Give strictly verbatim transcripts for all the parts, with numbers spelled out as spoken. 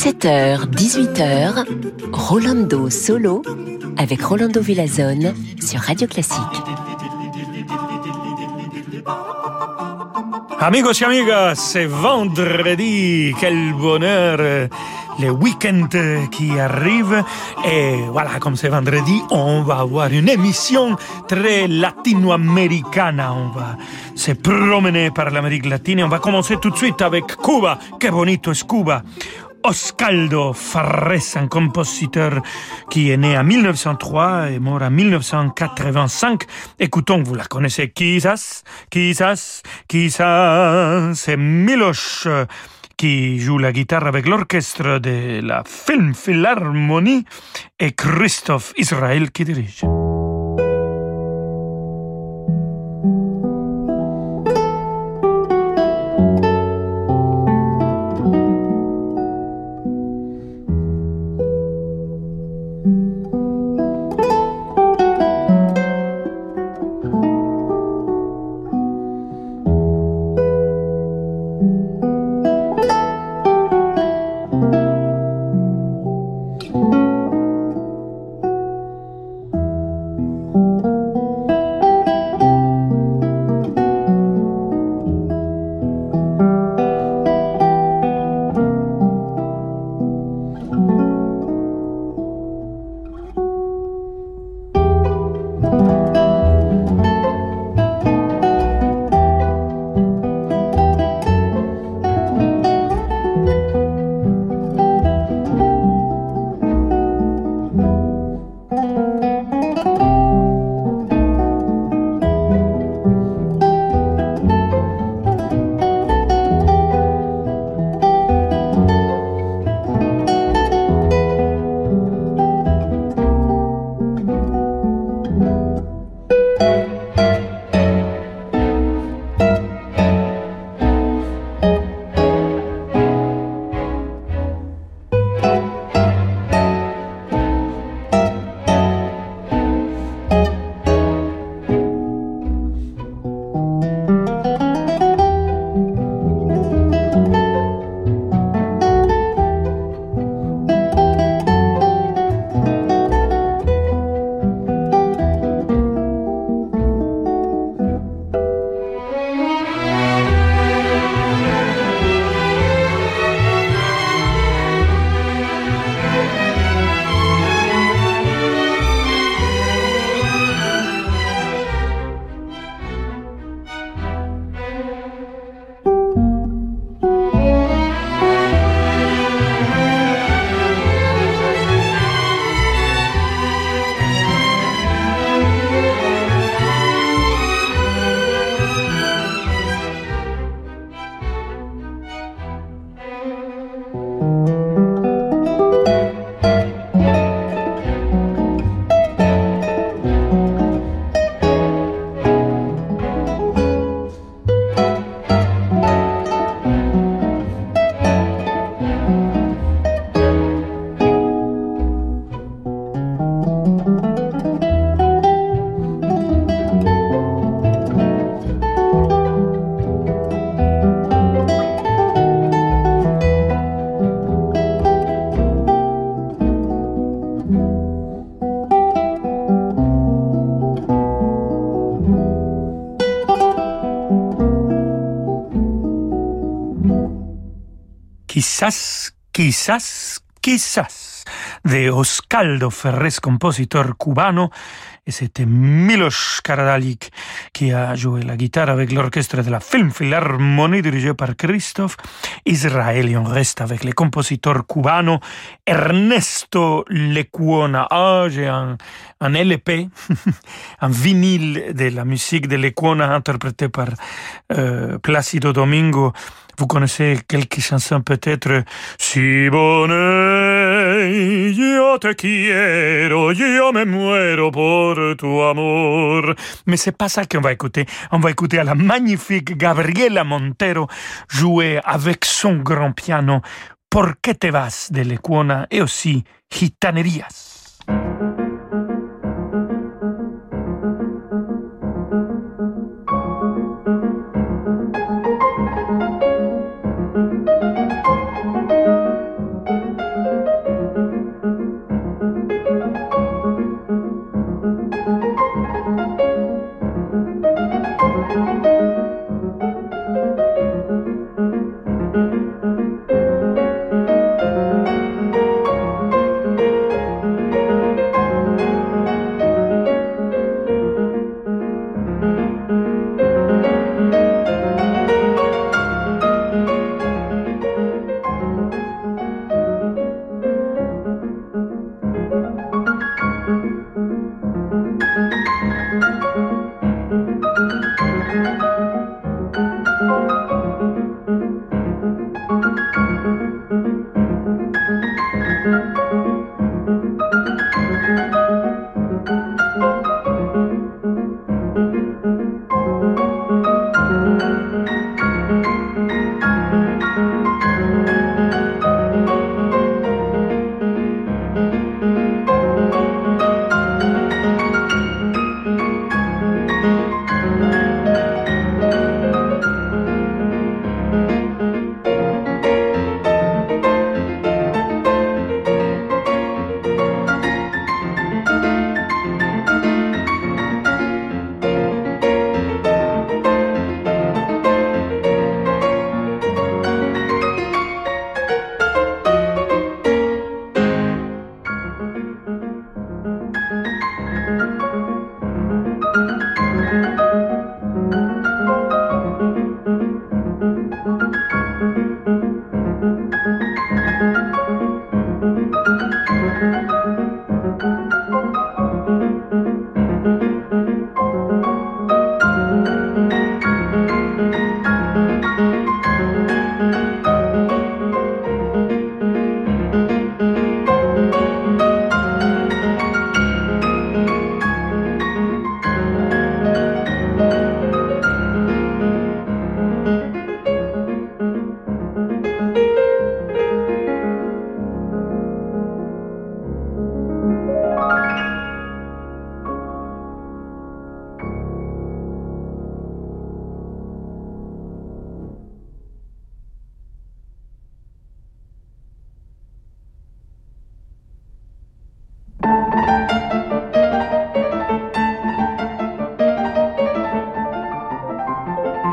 dix-sept heures, dix-huit heures, Rolando Solo avec Rolando Villazone sur Radio Classique. Amigos et amigas, c'est vendredi, quel bonheur, le week-end qui arrive. Et voilà, comme c'est vendredi, on va avoir une émission très latino-américaine. On va se promener par l'Amérique latine. On va commencer tout de suite avec Cuba. Que bonito es Cuba. Osvaldo Farrés, un compositeur qui est né en mille neuf cent trois et mort en mille neuf cent quatre-vingt-cinq. Écoutons, vous la connaissez, quizás, quizás, quizás, c'est Miloš qui joue la guitare avec l'orchestre de la Film Philharmonie et Christophe Israël qui dirige. Quizás, quizás, quizás, de Osvaldo Farrés, compositeur cubano, et c'était Miloš Karađalić qui a joué la guitare avec l'orchestre de la Film Philharmonie dirigé par Christophe Israël. Et on reste avec les compositeurs cubanos. Ernesto Lecuona. Ah, j'ai un, un L P, un vinyle de la musique de Lecuona interprété par euh, Plácido Domingo. Vous connaissez quelques chansons peut-être. Si bonnet, yo te quiero, yo me muero por tu amor. Mais c'est pas ça qu'on va écouter. On va écouter à la magnifique Gabriela Montero jouer avec son grand piano Por qué te vas de Lecuona et aussi Gitanerías.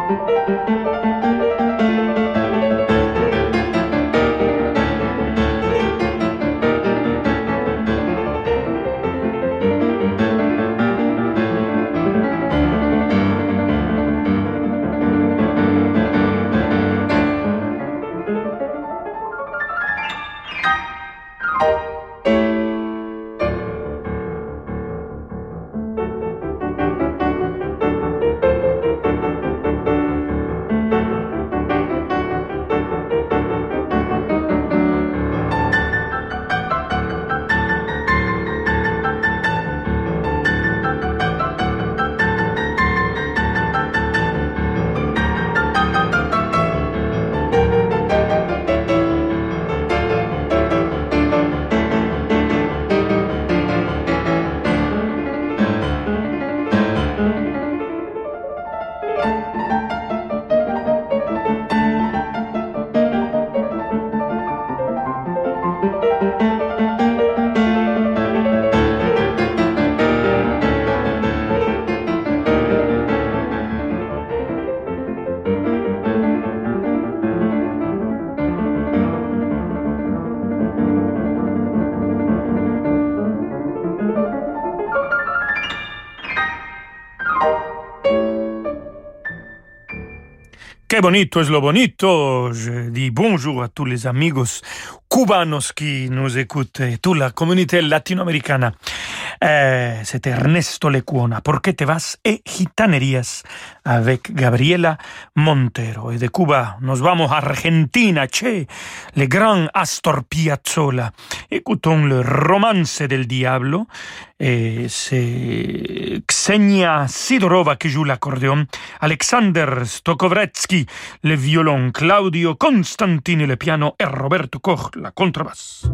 Qué bonito es lo bonito. Je dis bonjour à tous les amigos cubanos qui nous écoutent et toute la communauté latinoamericana. Eh, c'est Ernesto Lecuona, ¿Por qué te vas? Et Gitanerías avec Gabriela Montero. Et de Cuba nos vamos a Argentina, che, le grand Astor Piazzolla. Écoutons le Romance del Diablo. Et c'est Ksenia Sidorova qui joue l'accordéon, Alexander Stokovretsky le violon, Claudio Constantini le piano et Roberto Koch la contrebasse.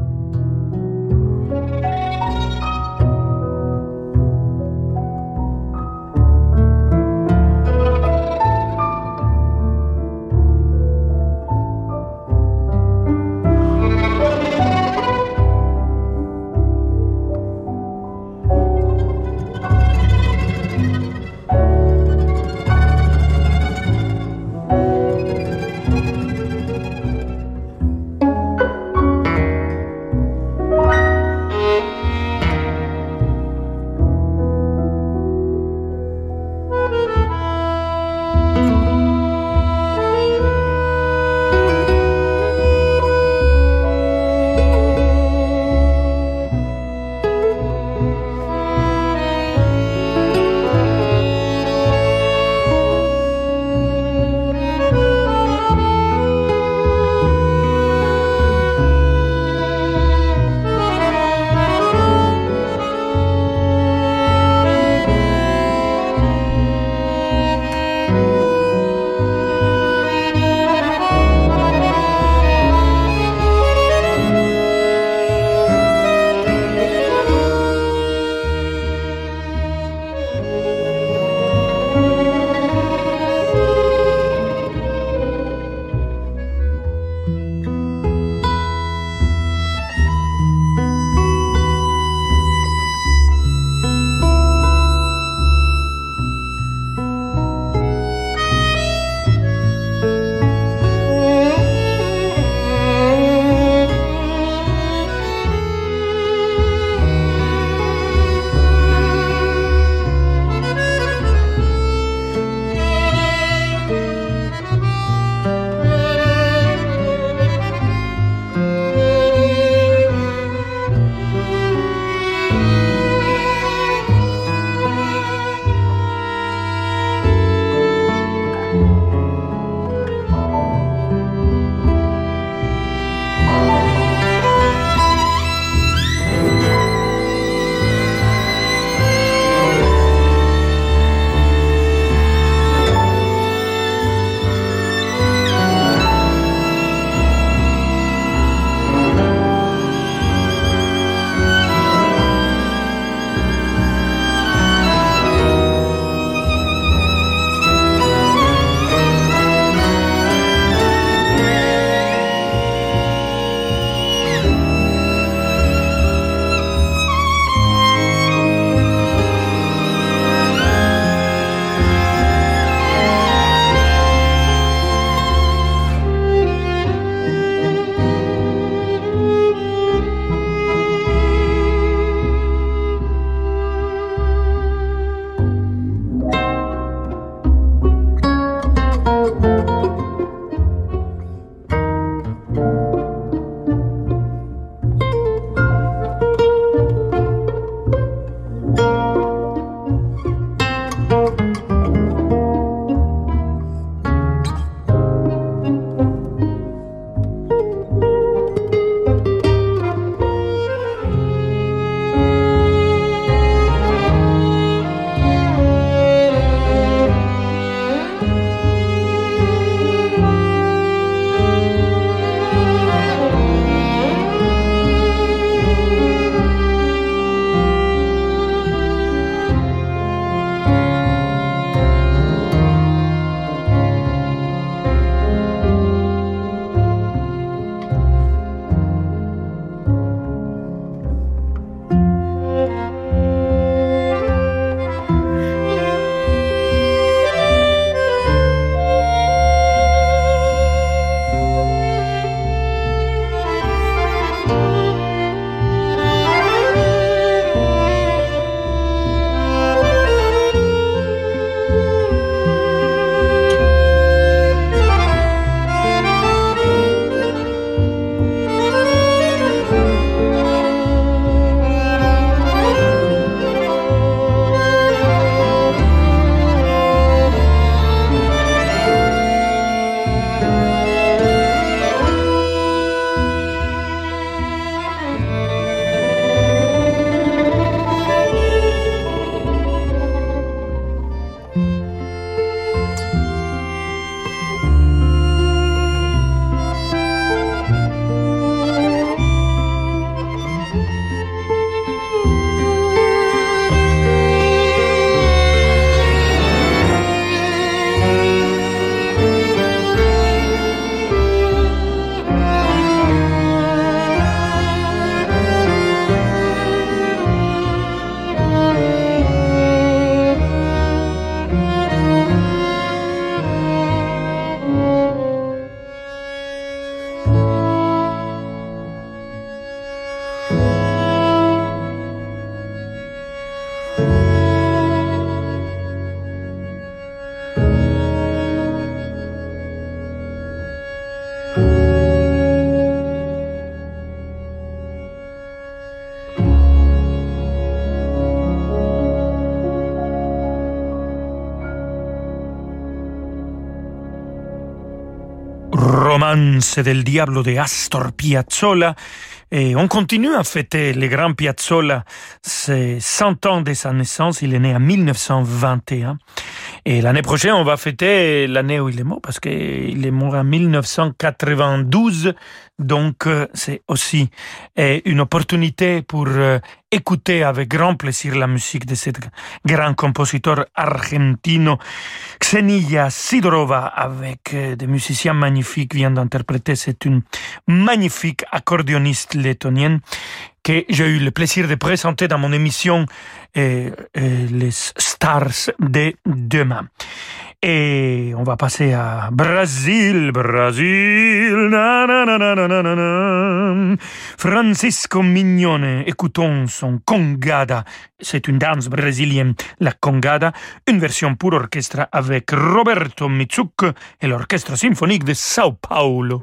Romance del Diablo de Astor Piazzolla. Et on continue à fêter le grand Piazzolla, c'est cent ans de sa naissance, il est né en mille neuf cent vingt et un. Et l'année prochaine, on va fêter l'année où il est mort, parce qu'il est mort en mille neuf cent quatre-vingt-douze. Donc, euh, c'est aussi euh, une opportunité pour euh, écouter avec grand plaisir la musique de cet grand compositeur argentino. Ksenia Sidorova, avec euh, des musiciens magnifiques, vient d'interpréter. C'est une magnifique accordéoniste lettonienne que j'ai eu le plaisir de présenter dans mon émission euh, euh, Les Stars de demain. Et on va passer à Brésil, Brésil, na na na na na na na. Francisco Mignone, écoutons son Congada. C'est une danse brésilienne, la Congada, une version pour orchestre avec Roberto Mizuk et l'Orchestre symphonique de Sao Paulo.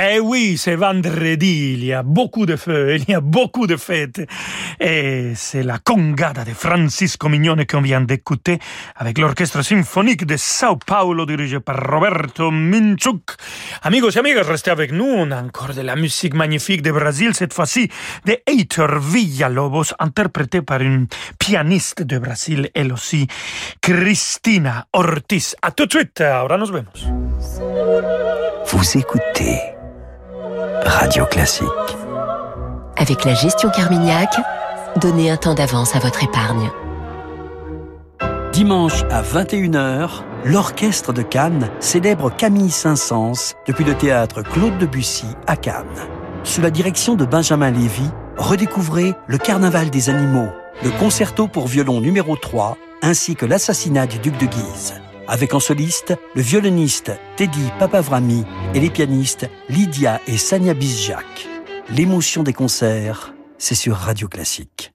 Eh oui, c'est vendredi, il y a beaucoup de feux, il y a beaucoup de fêtes. Et c'est la congada de Francisco Mignone qu'on vient d'écouter avec l'orchestre symphonique de Sao Paulo dirigé par Roberto Minchuk. Amigos et amigas, restez avec nous, on a encore de la musique magnifique de Brésil, cette fois-ci de Heitor Villa-Lobos, interprété par une pianiste de Brésil, elle aussi, Cristina Ortiz. A tout de suite, ahora nos vemos. Vous écoutez Radio Classique. Avec la gestion Carmignac, donnez un temps d'avance à votre épargne. Dimanche à vingt et une heures, l'Orchestre de Cannes célèbre Camille Saint-Saëns depuis le théâtre Claude Debussy à Cannes. Sous la direction de Benjamin Lévy, redécouvrez le Carnaval des animaux, le concerto pour violon numéro trois, ainsi que l'assassinat du duc de Guise. Avec en soliste le violoniste Teddy Papavrami et les pianistes Lydia et Sania Bizjak. L'émotion des concerts, c'est sur Radio Classique.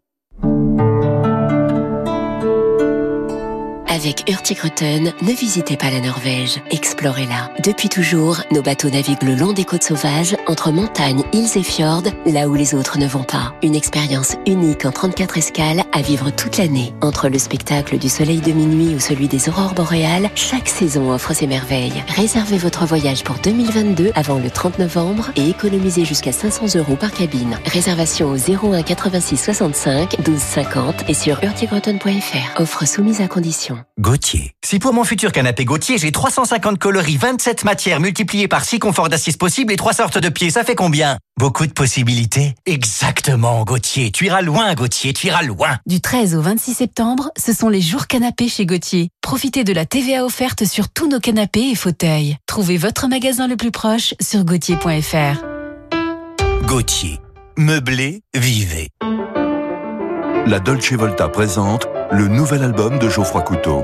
Avec Hurtigruten, ne visitez pas la Norvège, explorez-la. Depuis toujours, nos bateaux naviguent le long des côtes sauvages, entre montagnes, îles et fjords, là où les autres ne vont pas. Une expérience unique en trente-quatre escales à vivre toute l'année. Entre le spectacle du soleil de minuit ou celui des aurores boréales, chaque saison offre ses merveilles. Réservez votre voyage pour deux mille vingt-deux avant le trente novembre et économisez jusqu'à cinq cents euros par cabine. Réservation au zéro un quatre-vingt-six soixante-cinq douze cinquante et sur hurtigruten point f r. Offre soumise à condition. Gauthier. Si pour mon futur canapé Gauthier, j'ai trois cent cinquante coloris, vingt-sept matières multipliées par six conforts d'assises possibles et trois sortes de pieds, ça fait combien? Beaucoup de possibilités. Exactement, Gauthier. Tu iras loin, Gauthier, tu iras loin. Du treize au vingt-six septembre, ce sont les jours canapés chez Gauthier. Profitez de la T V A offerte sur tous nos canapés et fauteuils. Trouvez votre magasin le plus proche sur gauthier point f r. Gauthier. Meublé, vivez. La Dolce Volta présente le nouvel album de Geoffroy Couteau.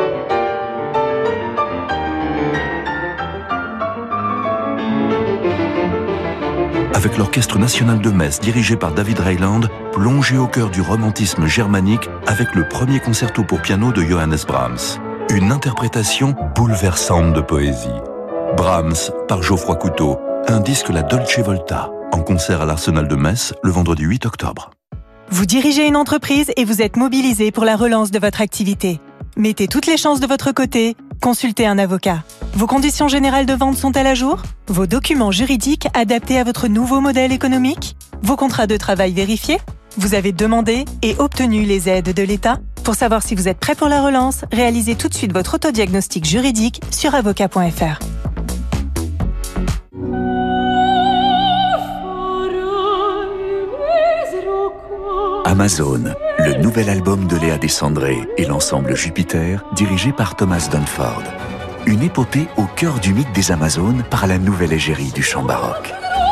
Avec l'Orchestre National de Metz dirigé par David Reiland, plongé au cœur du romantisme germanique avec le premier concerto pour piano de Johannes Brahms. Une interprétation bouleversante de poésie. Brahms par Geoffroy Couteau, un disque La Dolce Volta, en concert à l'Arsenal de Metz le vendredi huit octobre. Vous dirigez une entreprise et vous êtes mobilisé pour la relance de votre activité. Mettez toutes les chances de votre côté, consultez un avocat. Vos conditions générales de vente sont-elles à jour? Vos documents juridiques adaptés à votre nouveau modèle économique? Vos contrats de travail vérifiés? Vous avez demandé et obtenu les aides de l'État? Pour savoir si vous êtes prêt pour la relance, réalisez tout de suite votre autodiagnostic juridique sur avocat point f r. Amazon, le nouvel album de Léa Descendré et l'ensemble Jupiter, dirigé par Thomas Dunford. Une épopée au cœur du mythe des Amazones par la nouvelle égérie du chant baroque.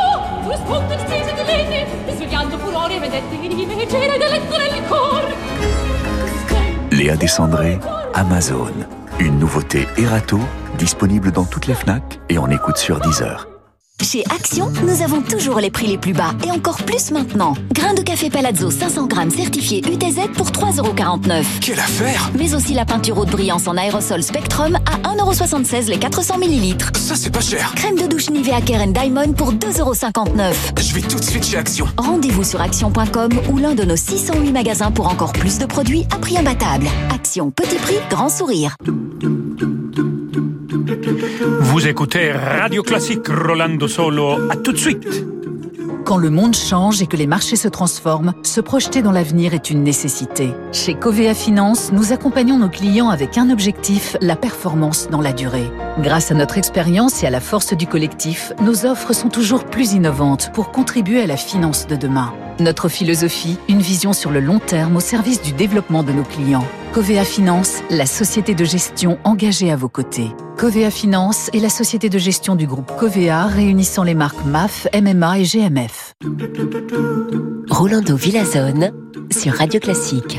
Léa Descendré, Amazon. Une nouveauté Erato, disponible dans toutes les Fnac et en écoute sur Deezer. Chez Action, nous avons toujours les prix les plus bas et encore plus maintenant. Grains de café Palazzo cinq cents grammes certifié U T Z pour trois euros quarante-neuf. Quelle affaire! Mais aussi la peinture haute brillance en aérosol Spectrum à un euro soixante-seize les quatre cents millilitres. Ça, c'est pas cher. Crème de douche Nivea Keren Diamond pour deux euros cinquante-neuf. Je vais tout de suite chez Action. Rendez-vous sur action point com ou l'un de nos six cent huit magasins pour encore plus de produits à prix imbattable. Action, petit prix, grand sourire. Vous écoutez Radio Classique, Rolando Solo, à tout de suite. Quand le monde change et que les marchés se transforment, se projeter dans l'avenir est une nécessité. Chez Covea Finance, nous accompagnons nos clients avec un objectif, la performance dans la durée. Grâce à notre expérience et à la force du collectif, nos offres sont toujours plus innovantes pour contribuer à la finance de demain. Notre philosophie, une vision sur le long terme au service du développement de nos clients. Covea Finance, la société de gestion engagée à vos côtés. Covea Finance est la société de gestion du groupe Covea réunissant les marques M A F, M M A et G M F. Rolando Villazone sur Radio Classique.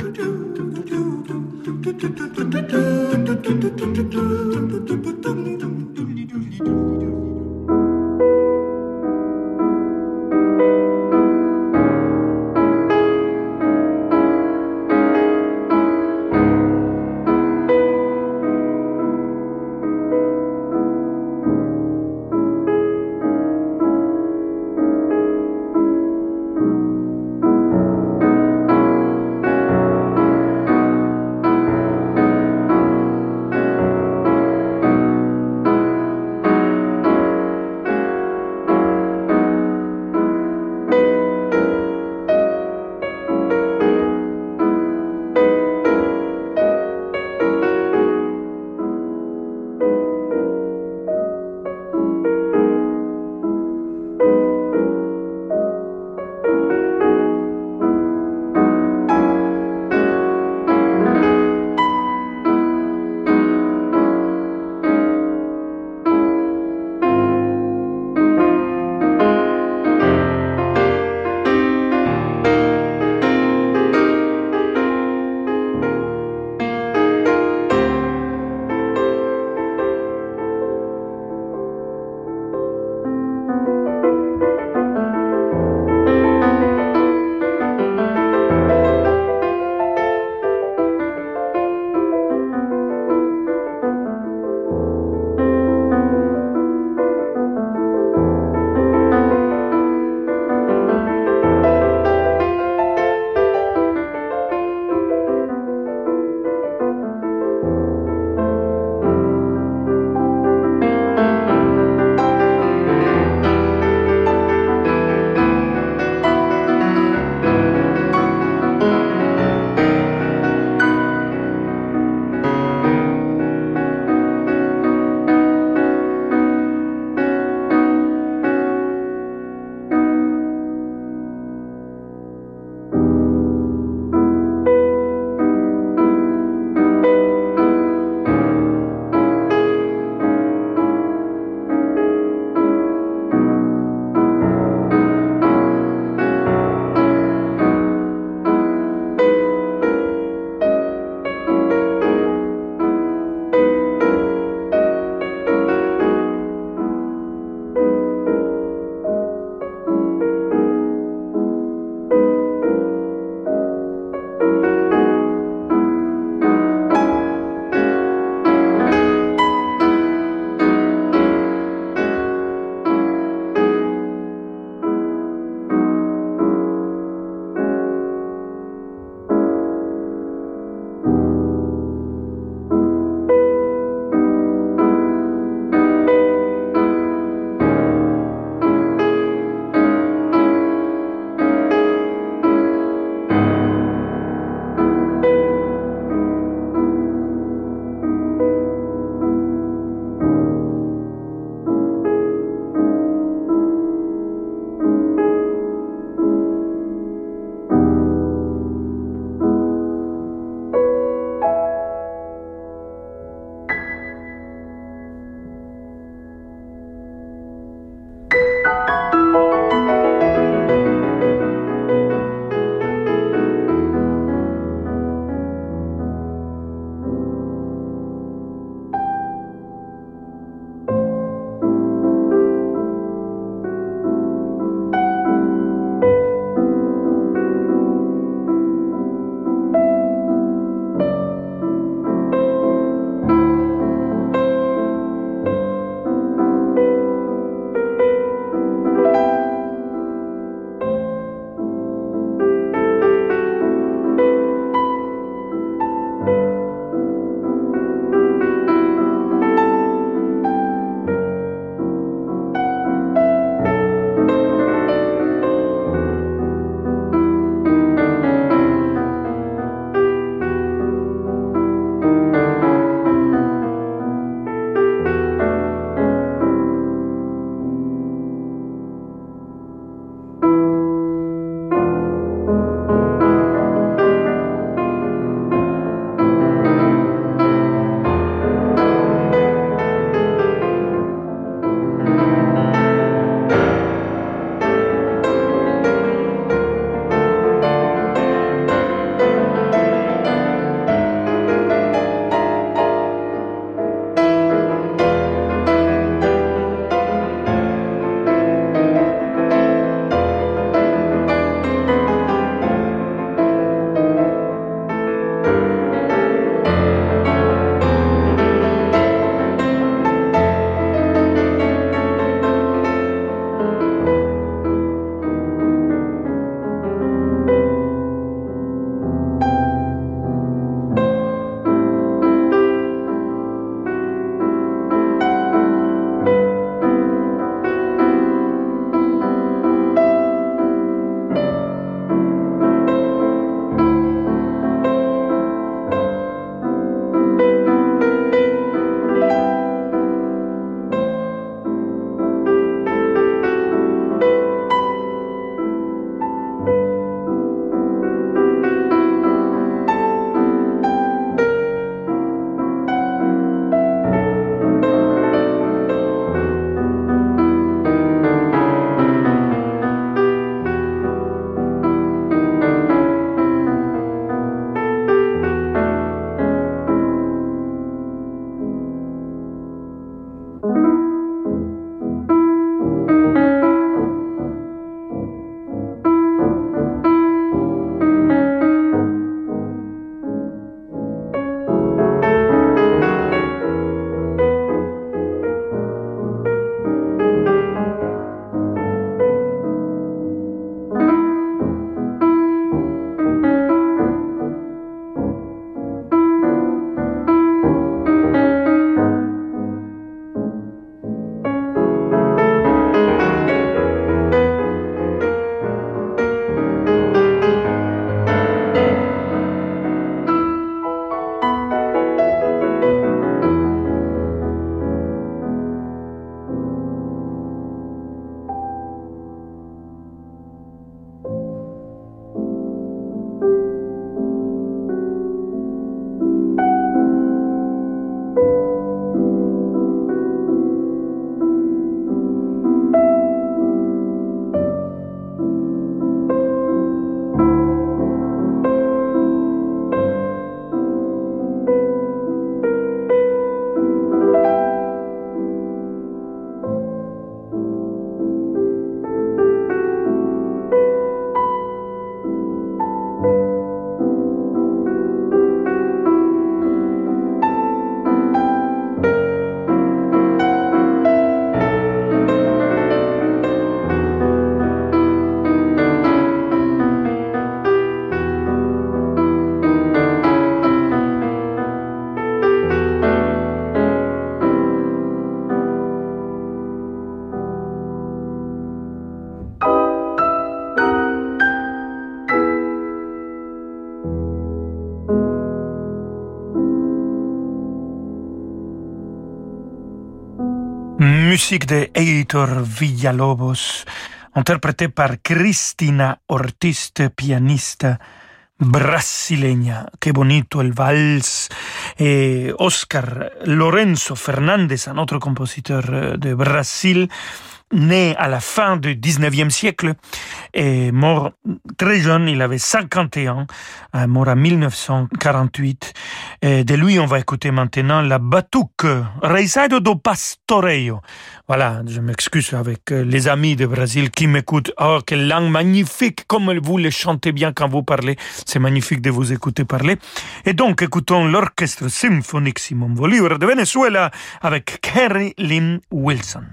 Musique de Heitor Villalobos, interprétée par Cristina Ortiz, pianista brasileña. Qué bonito el vals. Et Oscar Lorenzo Fernández, un autre compositeur de Brésil, né à la fin du dix-neuvième siècle et mort très jeune, il avait cinquante et un, mort en dix-neuf cent quarante-huit. Et de lui, on va écouter maintenant la batuque, Reisado do Pastoreio. Voilà, je m'excuse avec les amis de Brésil qui m'écoutent. Oh, quelle langue magnifique, comme vous le chantez bien quand vous parlez. C'est magnifique de vous écouter parler. Et donc, écoutons l'Orchestre Symphonique Simón Bolívar de Venezuela avec Carrie Lynn Wilson.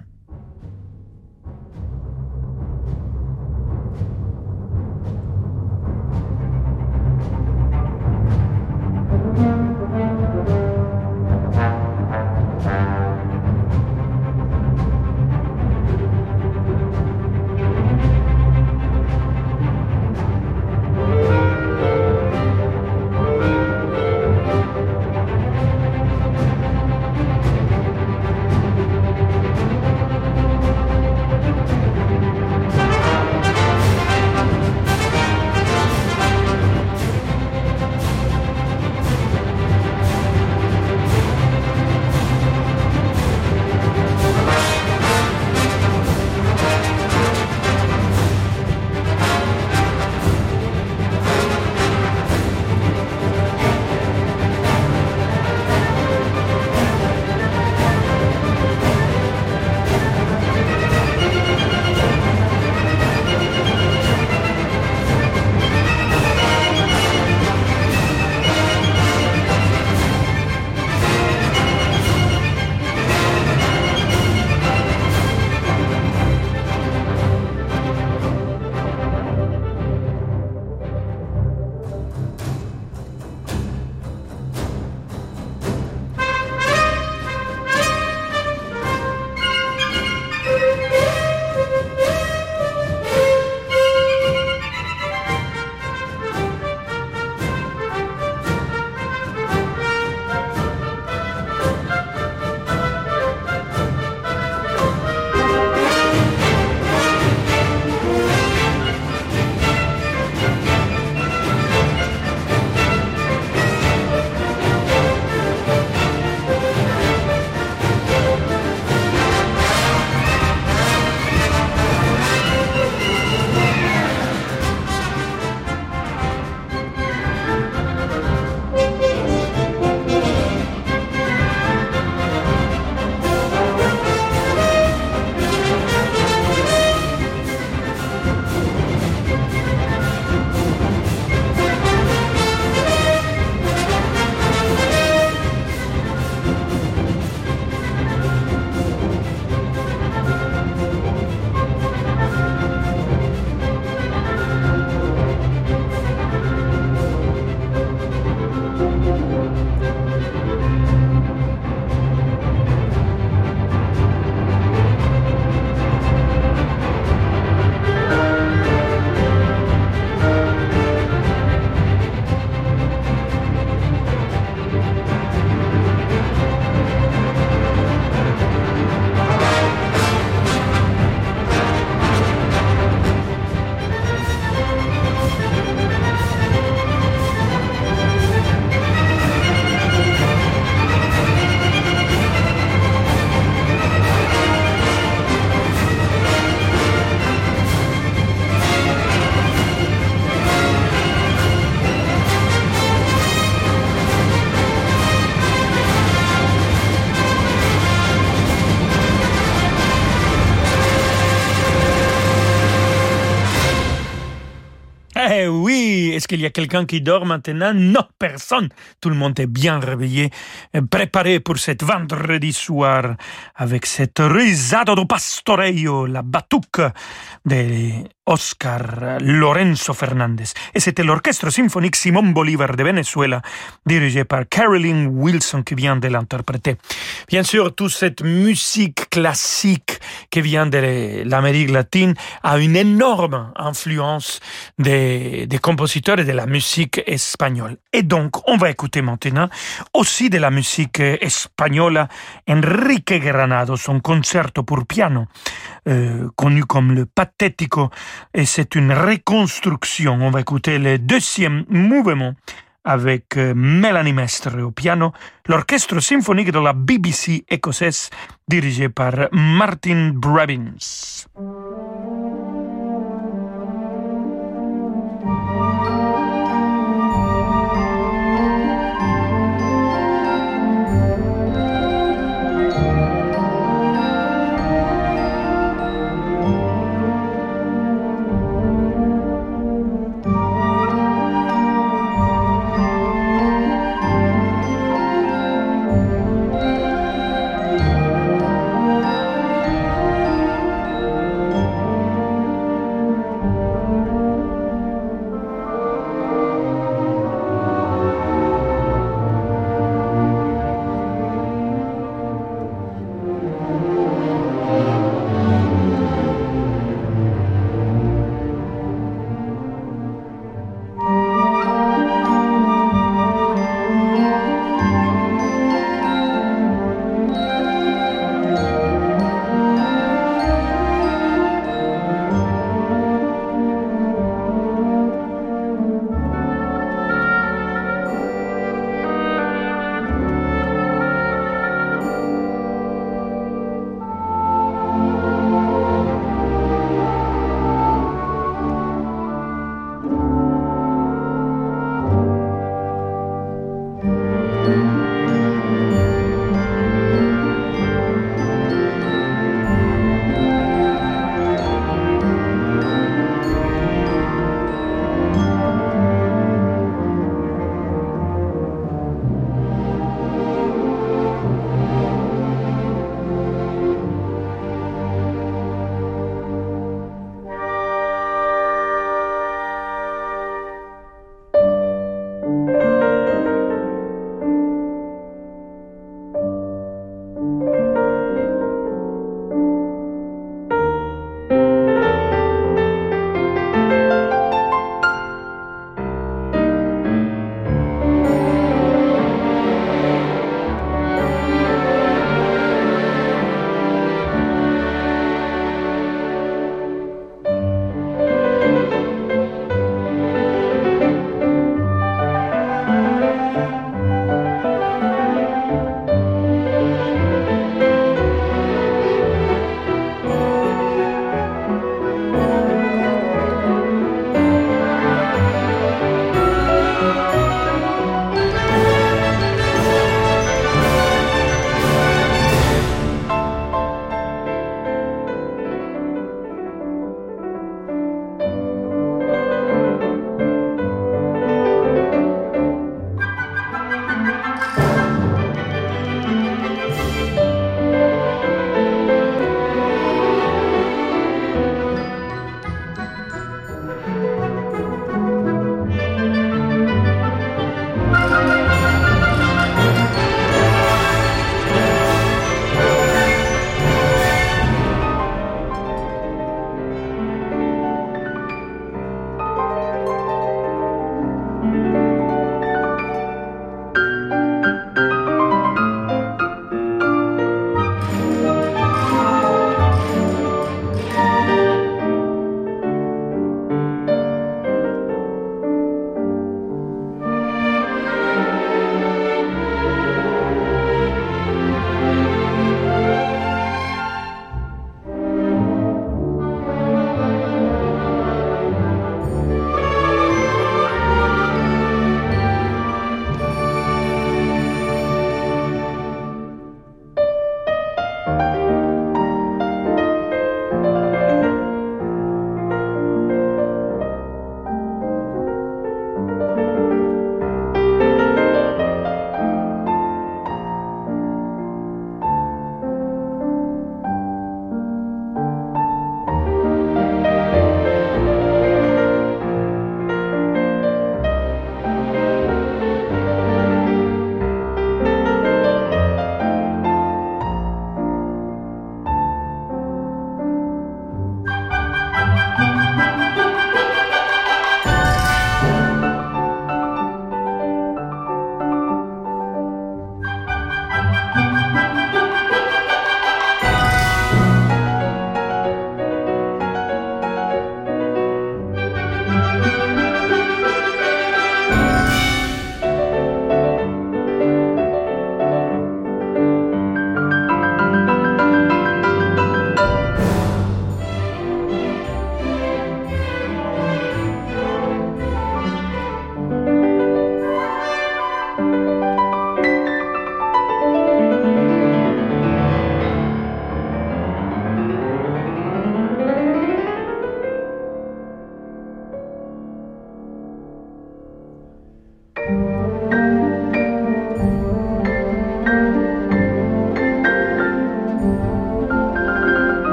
Eh oui, est-ce qu'il y a quelqu'un qui dort maintenant? Non, personne. Tout le monde est bien réveillé, préparé pour cet vendredi soir avec cette Risado do Pastoreio, la batuque de Oscar Lorenzo Fernández. Et c'était l'Orchestre Symphonique Simón Bolívar de Venezuela, dirigé par Carrie Lynn Wilson qui vient de l'interpréter. Bien sûr, toute cette musique classique qui vient de l'Amérique latine a une énorme influence des, des compositeurs et de la musique espagnole. Et donc, on va écouter maintenant aussi de la musique espagnole, Enrique Granados, son concerto pour piano, euh, connu comme le Patético, et c'est une reconstruction. On va écouter le deuxième mouvement avec euh, Mélanie Mestre au piano, l'orchestre symphonique de la B B C écossaise dirigé par Martin Brabbins.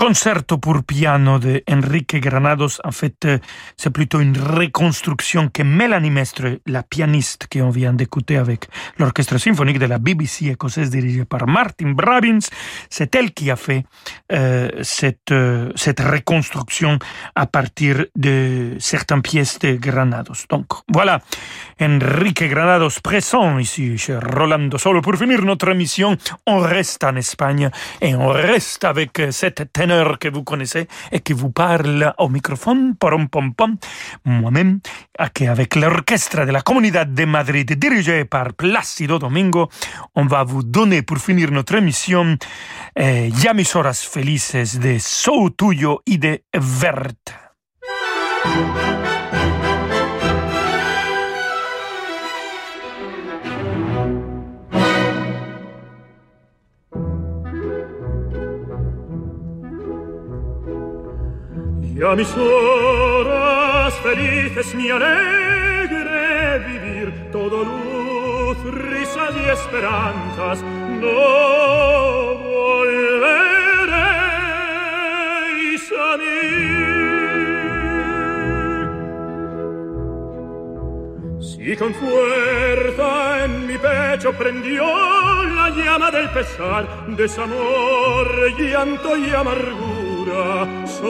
concerto pour piano de Enrique Granados. En fait, c'est plutôt une reconstruction que Mélanie Mestre, la pianiste qu'on vient d'écouter avec l'orchestre symphonique de la B B C écossaise dirigé par Martin Brabbins, c'est elle qui a fait euh, cette, euh, cette reconstruction à partir de certaines pièces de Granados. Donc voilà, Enrique Granados présent ici chez Rolando Solo. Pour finir notre émission, on reste en Espagne et on reste avec cette ténor que vous connaissez et qui vous parle au microphone, pom pom pom, moi-même, avec l'orchestre de la Comunidad de Madrid dirigé par Plácido Domingo. On va vous donner pour finir notre émission eh, Ya mis horas felices de Sou Tuyo y de Vert. Ya mis horas felices, mi alegre vivir, todo luz, risas y esperanzas, no volveréis a mí. Si con fuerza en mi pecho prendió la llama del pesar, desamor, llanto y amargura,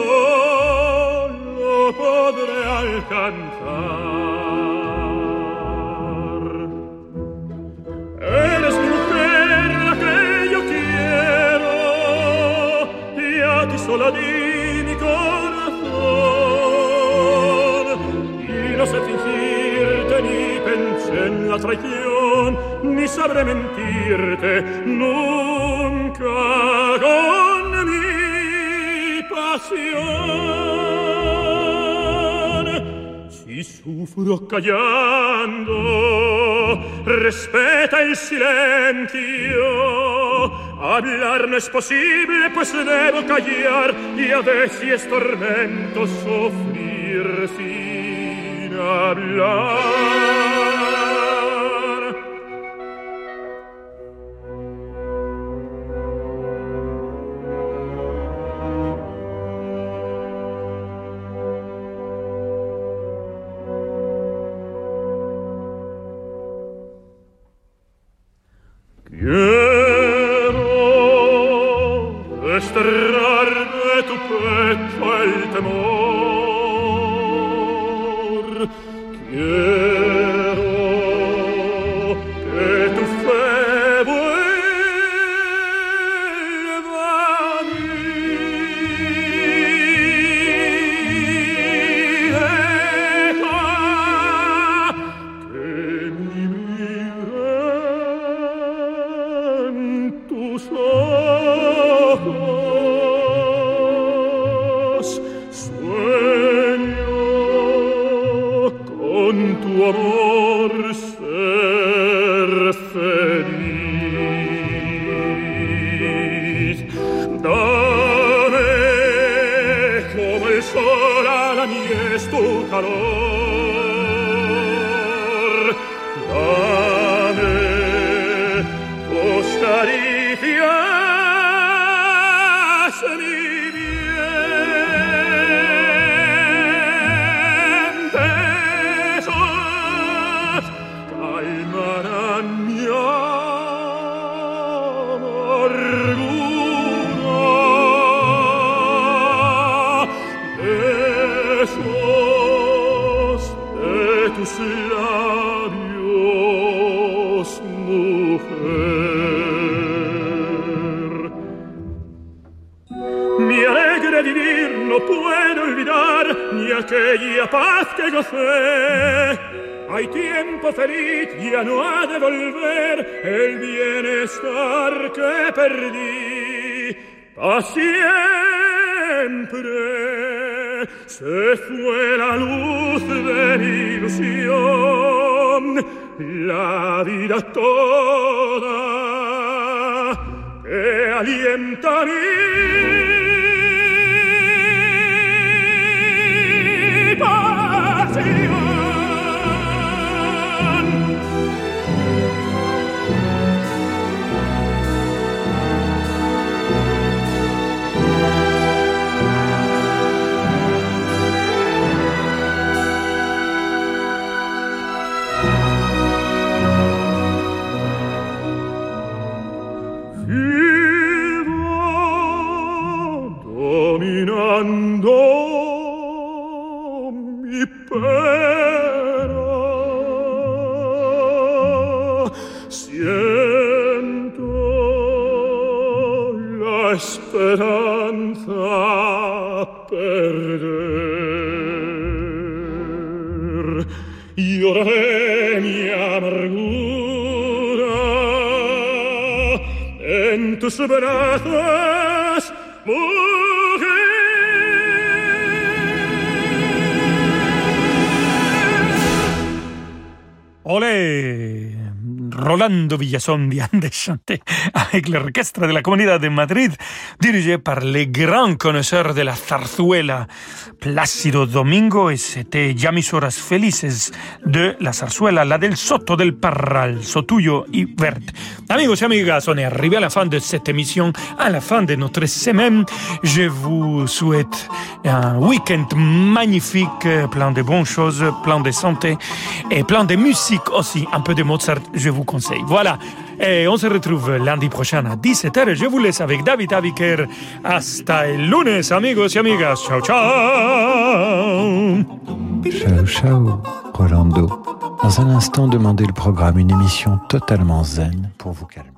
solo podré alcanzar. Eres mi mujer, la que yo quiero, y a ti sola di mi corazón. Y no sé fingirte, ni pensé en la traición, ni sabré mentirte nunca con mi pasión. Si sufro callando, respeta el silencio. Hablar no es posible, pues debo callar, y a veces tormento sufrir sin hablar. Quiero desterrar de tu pecho el temor. Quiero que tu fe vuelva a mí. Deja que mi tus ojos, sueño con tu amor ser feliz. Dame como el sol a la mies tu calor. Dame tus caricias, mi bien. Besos calmarán mi amargura. Besos de tus labios, mujer. Mi alegre vivir no puedo olvidar ni aquella paz que gocé. Hay tiempo feliz, ya no ha de volver el bienestar que perdí. Pa' siempre se fue la luz de mi ilusión, la vida toda que alienta mi pasión. quando mi perdo siento la speranza perder lloraré mi amargura en tus brazos, mujer. Olé! Rolando Villazón vient de chanter avec l'orchestre de la Comunidad de Madrid, dirigé par les grands connaisseurs de la zarzuela, Plácido Domingo, et c'était Ya mis horas felices de la zarzuela, la del Soto del Parral, Sotuyo y Vert. Amigos y amigas, on est arrivé à la fin de cette émission, à la fin de notre semaine. Je vous souhaite un week-end magnifique, plein de bonnes choses, plein de santé et plein de musique aussi, un peu de Mozart, je vous conseille. Voilà, et on se retrouve lundi prochain à dix-sept heures. Je vous laisse avec David Abiker. Hasta el lunes, amigos y amigas. Ciao, ciao. Ciao, ciao, Rolando. Dans un instant, demandez le programme, une émission totalement zen pour vous calmer.